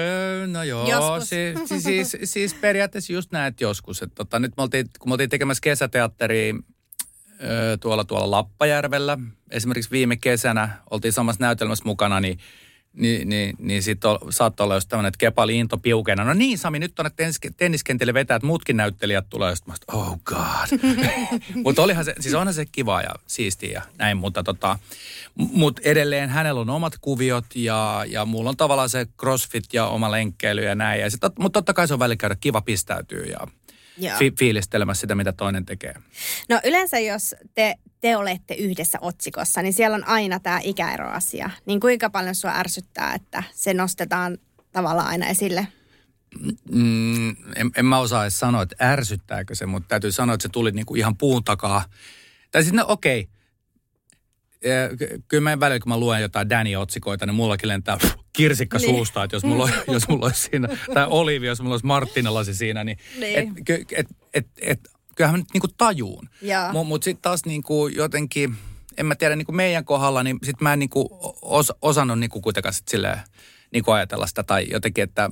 no joo, joskus. siis, siis, siis periaatteessa just näet joskus, että tota, nyt me oltiin, kun me oltiin tekemässä kesäteatteria ö, tuolla tuolla Lappajärvellä. Esimerkiksi viime kesänä oltiin samassa näytelmässä mukana, niin Niin, niin, niin sitten saattoi olla just tämmöinen, että Kepa oli into piukena. No niin, Sami, nyt tuonne tennis, tenniskentille vetää, että muutkin näyttelijät tulee. Ja sitten mä sanoin, oh god. Mutta olihan se, siis onhan se kiva ja siistiä ja näin, mutta tota, mut edelleen hänellä on omat kuviot ja, ja mulla on tavallaan se crossfit ja oma lenkkeily ja näin. Ja sit, mutta totta kai se on välillä käydä kiva pistäytyy ja fi, fiilistelemässä sitä, mitä toinen tekee. No yleensä, jos te, te olette yhdessä otsikossa, niin siellä on aina tämä ikäeroasia. Niin kuinka paljon sua ärsyttää, että se nostetaan tavallaan aina esille? Mm, en, en mä osaa edes sanoa, että ärsyttääkö se, mutta täytyy sanoa, että se tuli niinku ihan puun takaa. Tai siis no okei. Okay. Kyllä mä välillä, kun mä luen jotain Danny-otsikoita, niin mullakin lentää kirsikka niin suusta, että jos mulla, jos mulla olisi siinä, tai Olivi, jos mulla olisi Marttinalasi siinä, niin, niin. Et, et, et, et, kyllähän mä nyt niinku tajuun. Mutta mut sitten taas niinku jotenkin, en mä tiedä, niinku meidän kohdalla, niin sit mä en niinku os, osannut niinku kuitenkaan sit silleen niinku ajatella sitä, tai jotenkin, että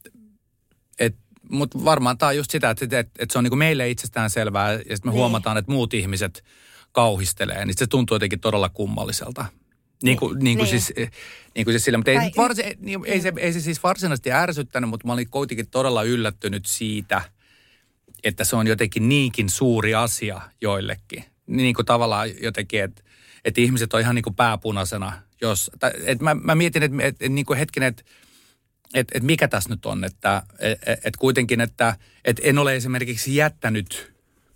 et, mutta varmaan tämä on just sitä, että, että, että se on niinku meille itsestään selvää, ja sitten me niin huomataan, että muut ihmiset kauhistelee, niin se tuntuu jotenkin todella kummalliselta. Niin kuin, niin kuin niin. Siis, niin kuin siis sillä, mutta ei, varsin, niin, ei, se, ei se siis varsinaisesti ärsyttänyt, mutta mä olin kuitenkin todella yllättynyt siitä, että se on jotenkin niinkin suuri asia joillekin. Niin kuin tavallaan jotenkin, että, että ihmiset on ihan niin kuin pääpunaisena. Jos, että mä, mä mietin, että, että, että niin kuin hetken, että että, että mikä tässä nyt on, että, että, että kuitenkin, että, että en ole esimerkiksi jättänyt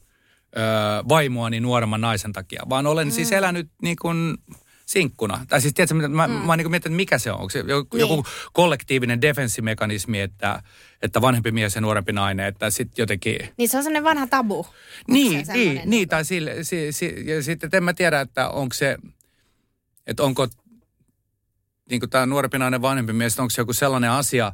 vaimoani nuoremman naisen takia, vaan olen mm. siis elänyt niin kuin sinkkuna. Tai siis tiedätkö, mä, mm. mä oon niin kuin miettinyt, että mikä se on. Onko se joku, niin. joku kollektiivinen defenssimekanismi, että, että vanhempi mies ja nuorempi nainen, että sitten jotenkin... Niin se on sellainen vanha tabu. Niin, niin, niin, tai sille, si, si, ja sitten en mä tiedä, että onko se, että onko niin kuin tämä nuorempi nainen, vanhempi mies, onko se joku sellainen asia,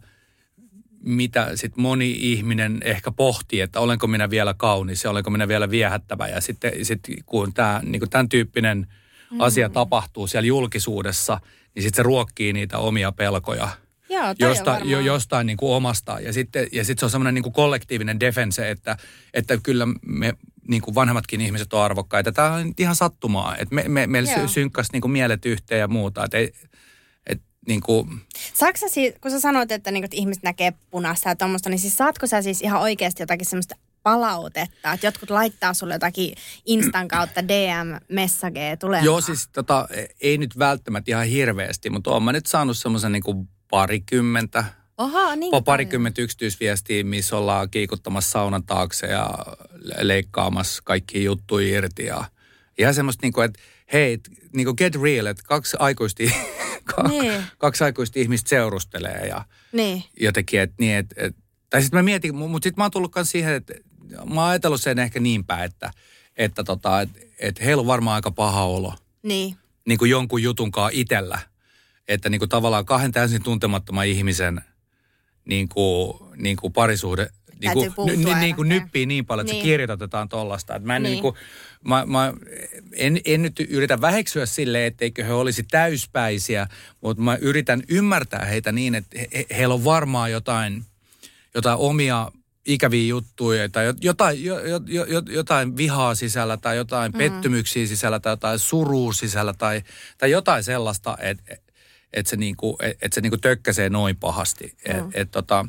mitä sitten moni ihminen ehkä pohtii, että olenko minä vielä kaunis ja olenko minä vielä viehättävä. Ja sitten sit, kun tämä, niin kuin tämän tyyppinen mm. asia tapahtuu siellä julkisuudessa, niin sitten se ruokkii niitä omia pelkoja. Joo, josta, jo, jostain niin kuin omasta. Ja sitten ja sit se on semmoinen niin kuin kollektiivinen defense, että, että kyllä me niin kuin vanhemmatkin ihmiset on arvokkaita. Tämä on ihan sattumaa, että me, me, meillä synkkasi niin kuin mielet yhteen ja muuta, että ei... Niin kuin... Saatko sä siis, kun sä sanoit, että, niin, että ihmiset näkee punaista ja tuommoista, niin siis saatko sä siis ihan oikeasti jotakin semmoista palautetta, että jotkut laittaa sulle jotakin Instan kautta D M-messagea tulemaan? Joo, siis tota, ei nyt välttämättä ihan hirveästi, mutta oon mä nyt saanut semmoisen niin kuin parikymmentä. Oha, niin parikymmentä yksityisviestiä, missä ollaan kiikuttamassa saunan taakse ja leikkaamassa kaikki juttuja irti ja ihan semmoista niin kuin, että hei, niin kuin get real, että kaksi aikuista niin. Kaksi aikuista ihmistä seurustelee ja niin. jotenkin, että niin, että, että tai sitten mä mietin, mutta sitten mä oon tullut myös siihen, että mä oon ajatellut sen ehkä niin päin, että, että, tota, että, että heillä on varmaan aika paha olo. Niin. Niin kuin jonkun jutunkaan itsellä. Että niin kuin tavallaan kahden täysin tuntemattoman ihmisen niin kuin, niin kuin parisuhde niin kuin, n- niin kuin nyppii niin paljon, että niin. se kirjoitetaan tollaista. Että mä en, niin. Niin kuin, mä, mä en, en nyt yritä väheksyä silleen, etteikö he olisi täyspäisiä, mutta mä yritän ymmärtää heitä niin, että he, heillä on varmaan jotain, jotain omia ikäviä juttuja tai jotain, jo, jo, jo, jotain vihaa sisällä tai jotain mm. pettymyksiä sisällä tai jotain surua sisällä tai, tai jotain sellaista, että et se, niinku, et, et se niinku tökkäsee noin pahasti. Mm. Et, et, tota,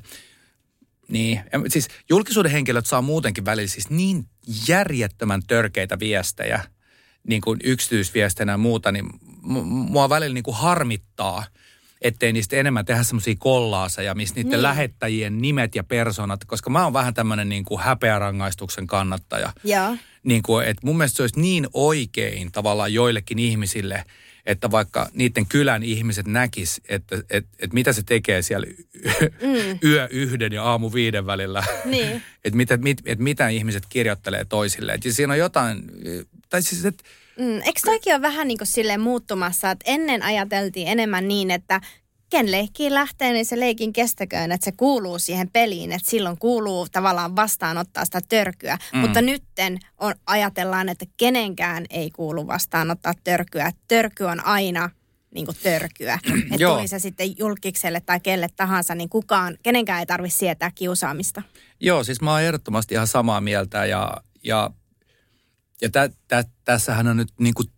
niin, siis julkisuuden henkilöt saa muutenkin välillä siis niin järjettömän törkeitä viestejä, niin kuin yksityisviestejä ja muuta, niin mua välillä niin kuin harmittaa, ettei niistä enemmän tehdä semmoisia kollaaseja, missä niiden niin. lähettäjien nimet ja persoonat, koska mä oon vähän tämmöinen niin kuin häpeärangaistuksen kannattaja. Joo. Niin kuin, että mun mielestä se olisi niin oikein tavallaan joillekin ihmisille, että vaikka niiden kylän ihmiset näkis, että, että, että mitä se tekee siellä mm. yö yhden ja aamu viiden välillä. Niin. että, mitä, mit, että mitä ihmiset kirjoittelee toisilleen. Että siinä on jotain, tai siis, että... Mm, eikö toikin ole vähän niin kuin silleen muuttumassa, että ennen ajateltiin enemmän niin, että ken leikkiin lähtee, niin se leikin kestäköön, että se kuuluu siihen peliin, että silloin kuuluu tavallaan vastaanottaa sitä törkyä. Mm. Mutta nytten on, ajatellaan, että kenenkään ei kuulu vastaanottaa törkyä. Törky on aina niin kuin törkyä. Että tuli se sitten julkikselle tai kelle tahansa, niin kukaan, kenenkään ei tarvitse sietää kiusaamista. Joo, siis mä oon ehdottomasti ihan samaa mieltä ja, ja Ja tä, tä, tässähän on nyt niin kuin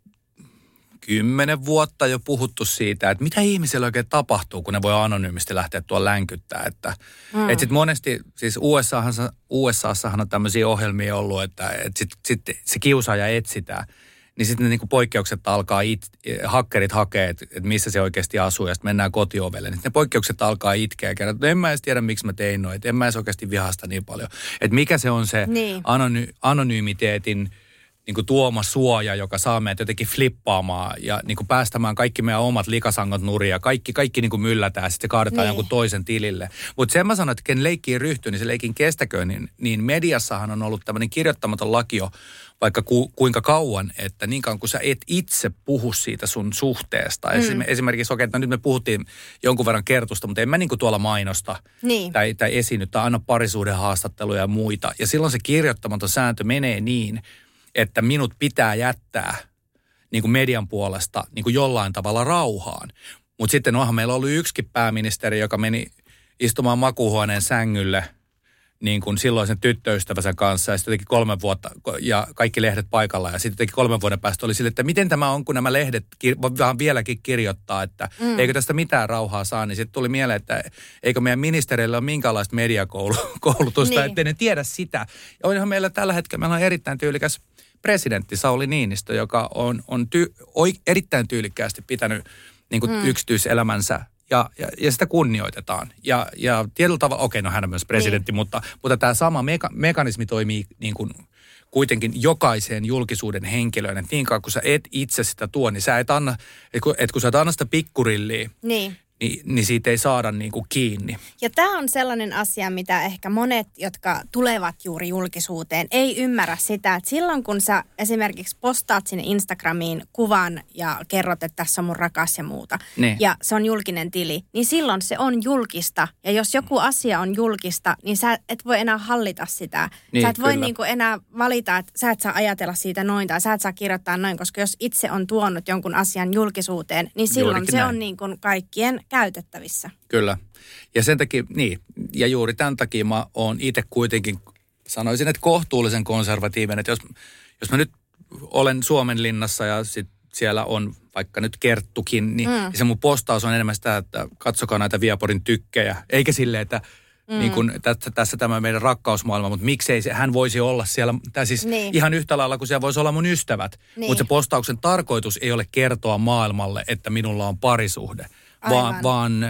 kymmenen vuotta jo puhuttu siitä, että mitä ihmisillä oikein tapahtuu, kun ne voi anonyymisti lähteä tuolla länkyttää. Että mm. et sit monesti, siis U S Ahan, U S Assahan on tämmöisiä ohjelmia ollut, että et sit, sit se kiusaaja etsitään. Niin sitten ne niinku poikkeukset alkaa, it, hakkerit hakee, että et missä se oikeasti asuu, ja sitten mennään kotiovelle. Niin ne poikkeukset alkaa itkeä ja kerran, että en mä edes tiedä, miksi mä tein noin, että en mä edes oikeasti vihasta niin paljon. Että mikä se on se niin. anony, anonyymiteetin niinku tuoma suoja, joka saa meidät jotenkin flippaamaan ja niinku päästämään kaikki meidän omat likasangot nurin ja kaikki, kaikki niinku myllätään ja sitten se kaadetaan niin. jonkun toisen tilille. Mutta sen mä sanon, että ken leikkiin ryhtyy, niin se leikin kestäköön, niin, niin mediassahan on ollut tämmöinen kirjoittamaton laki jo vaikka ku, kuinka kauan, että niin kauan kun sä et itse puhu siitä sun suhteesta. Mm. Esimerkiksi, okei, okay, no nyt me puhuttiin jonkun verran Kertusta, mutta en mä niin kuin tuolla mainosta niin. tai, tai esiinny tai anna parisuuden haastatteluja ja muita. Ja silloin se kirjoittamaton sääntö menee niin, että minut pitää jättää niin kuin median puolesta niin kuin jollain tavalla rauhaan. Mutta sitten onhan meillä ollut yksikin pääministeri, joka meni istumaan makuuhuoneen sängylle niin kuin silloisen tyttöystävänsä kanssa ja sitten jotenkin kolme vuotta ja kaikki lehdet paikalla ja sitten jotenkin kolmen vuoden päästä oli sille, että miten tämä on, kun nämä lehdet vähän vieläkin kirjoittaa, että mm. eikö tästä mitään rauhaa saa, niin sitten tuli mieleen, että eikö meidän ministereillä ole minkäänlaista mediakoulutusta, niin. ettei ne tiedä sitä. Ja onhan meillä tällä hetkellä, meillä on erittäin tyylikäs presidentti Sauli Niinistö, joka on, on ty, oi, erittäin tyylikkäästi pitänyt niin kuin mm. yksityiselämänsä Ja, ja, ja sitä kunnioitetaan. Ja, ja tietyllä tavalla, okei, no hän on myös presidentti, niin. mutta, mutta tämä sama meka, mekanismi toimii niin kuin kuitenkin jokaiseen julkisuuden henkilöön. Että niin kauan kun sä et itse sitä tuo, niin sä et anna, että kun, et kun sä et anna sitä pikkurilliä, niin. Niin, niin siitä ei saada niin kuin kiinni. Ja tämä on sellainen asia, mitä ehkä monet, jotka tulevat juuri julkisuuteen, ei ymmärrä sitä, että silloin kun sä esimerkiksi postaat sinne Instagramiin kuvan ja kerrot, että tässä on mun rakas ja muuta, ne. ja se on julkinen tili, niin silloin se on julkista. Ja jos joku asia on julkista, niin sä et voi enää hallita sitä. Niin, sä et voi niin kuin enää valita, että sä et saa ajatella siitä noin tai sä et saa kirjoittaa noin, koska jos itse on tuonut jonkun asian julkisuuteen, niin silloin Juurikin se näin. On niin kuin kaikkien käytettävissä. Kyllä. Ja sen takia, niin, ja juuri tämän takia mä oon itse kuitenkin, sanoisin, että kohtuullisen konservatiivinen, että jos, jos mä nyt olen Suomenlinnassa ja sit siellä on vaikka nyt Kerttukin, niin mm. se mun postaus on enemmän sitä, että katsokaa näitä Viaporin tykkejä, eikä silleen, että mm. niin kun, tässä, tässä tämä meidän rakkausmaailma, mutta miksei se, hän voisi olla siellä, tai siis niin. ihan yhtä lailla kuin siellä voisi olla mun ystävät, niin. mutta se postauksen tarkoitus ei ole kertoa maailmalle, että minulla on parisuhde. Vaan, vaan äh,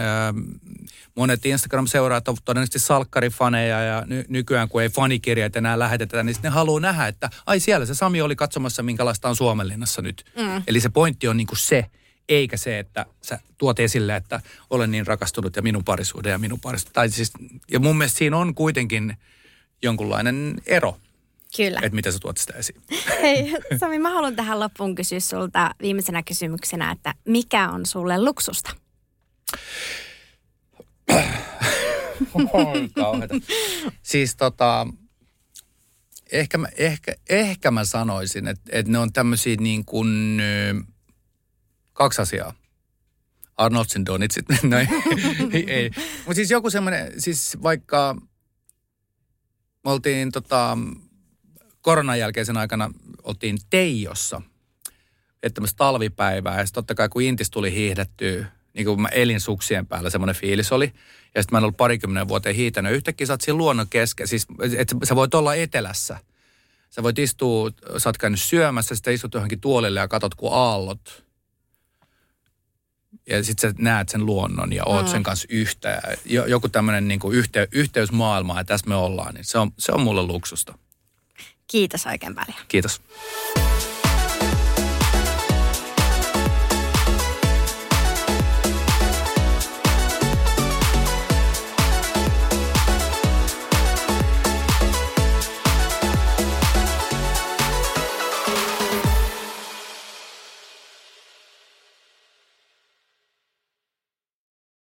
monet Instagram-seuraajat ovat todennäköisesti salkkarifaneja ja ny- nykyään kun ei fanikirjeitä enää lähetetä, niin sitten ne haluaa nähdä, että ai siellä se Sami oli katsomassa, minkälaista on Suomenlinnassa nyt. Mm. Eli se pointti on niinku se, eikä se, että sä tuot esille, että olen niin rakastunut ja minun parisuhde ja minun parisuhde. Tai siis, ja mun mielestä siinä on kuitenkin jonkunlainen ero. Kyllä. Että mitä sä tuot sitä esiin. Hei Sami, mä haluan tähän loppuun kysyä sulta viimeisenä kysymyksenä, että mikä on sulle luksusta? Oi, kauheeta. Siis tota, ehkä mä, ehkä, ehkä mä sanoisin, että, että ne on tämmöisiä niin kuin kaksi asiaa. Arnoldsin donitsit, no ei, ei. Mutta siis joku semmoinen, siis vaikka me oltiin tota, koronan jälkeisen aikana oltiin Teijossa, että tämmöistä talvipäivää ja sitten totta kai kun Intis tuli hiihdettyä, niin kuin mä elin suksien päällä, semmoinen fiilis oli. Ja sitten mä en ollut parikymmenen vuoteen hiitänyt. Yhtäkkiä sä oot siinä luonnon kesken. Siis, että sä voit olla etelässä. Sä voit istua, sä oot käynyt syömässä, sitten istut johonkin tuolille ja katot kuin aallot. Ja sitten sä näet sen luonnon ja oot mm. sen kanssa yhtä. Ja joku tämmöinen niin kuin yhtey, yhteys maailmaan, ja tässä me ollaan. Niin se on, se on mulle luksusta. Kiitos oikein paljon. Kiitos.